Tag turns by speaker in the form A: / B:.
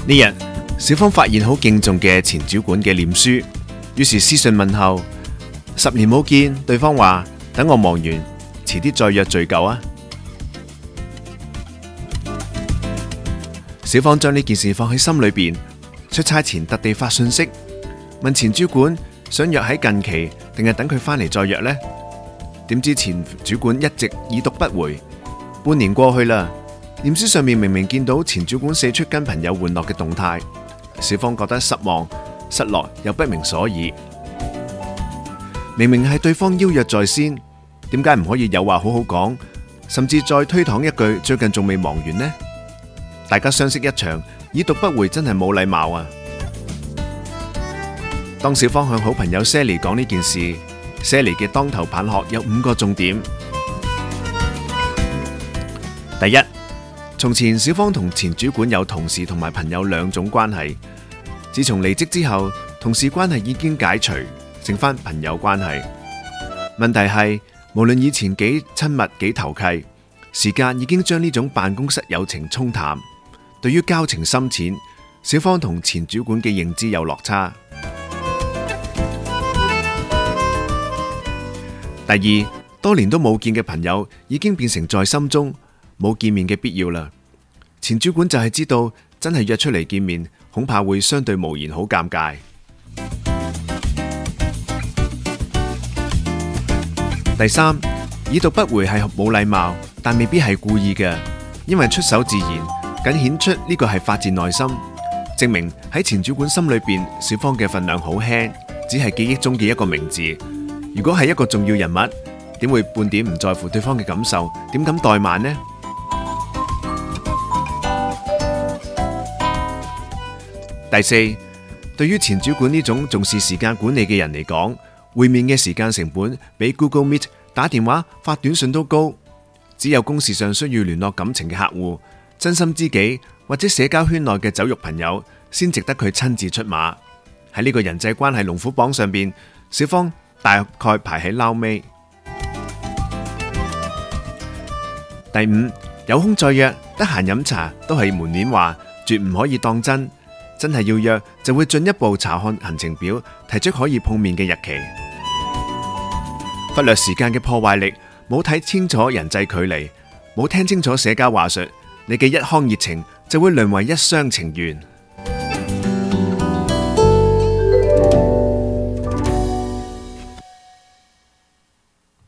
A: 呢日，小芳發現好敬重嘅前主管嘅臉書，於是私信問候，10年冇見，對方話等我忙完，遲啲再約聚舊啊。小芳將呢件事放喺心裏邊，出差前特地發信息問前主管想約喺近期，定係等佢返嚟再約呢？點知前主管一直已讀不回，半年過去啦。臉書上面明明見到前主管四出跟朋友玩樂嘅動態，小芳覺得失望、失落又不明所以。明明係對方邀約在先，點解唔可以有話好好講，甚至再推搪一句最近仲未忙完呢？大家相識一場，已讀不回真係冇禮貌啊！當小芳向好朋友 Sally 講呢件事，Sally 嘅當頭棒喝有5個重點。第一，從前小芳同前主管有同事同埋朋友兩種關係，自從離職之後，同事關係已經解除，剩返朋友關係。問題係，無論以前幾親密幾投契，時間已經將呢種辦公室友情沖淡。對於交情深淺，小芳同前主管嘅認知有落差。第二，多年都冇見嘅朋友已經變成在心中冇見面嘅必要啦。前主管就係知道真係約出嚟見面，恐怕會相對無言，好尷尬。第三，已讀不回係冇禮貌，但未必係故意嘅，因為出手自然，僅顯出呢個係發自內心，證明喺前主管心裏邊，小芳嘅份量好輕，只係記憶中嘅一個名字。如果係一個重要人物，點會半點唔在乎對方嘅感受？點敢怠慢呢？第四，對於前主管呢種重視時間管理嘅人嚟講，會面嘅時間成本比 Google Meet、打電話、發短信都高。只有公事上需要聯絡感情嘅客戶、真心知己或者社交圈內嘅酒肉朋友，先值得佢親自出馬。喺呢個人際關係龍虎榜上邊，小芳大概排喺撈尾。第五，有空再約，得閒飲茶都係門面話，絕唔可以當真。真係要約，就會進一步查看行程表，提出可以碰面嘅日期。忽略時間嘅破壞力，冇睇清楚人際距離，冇聽清楚社交話術，你嘅一腔熱情就會淪為一廂情願。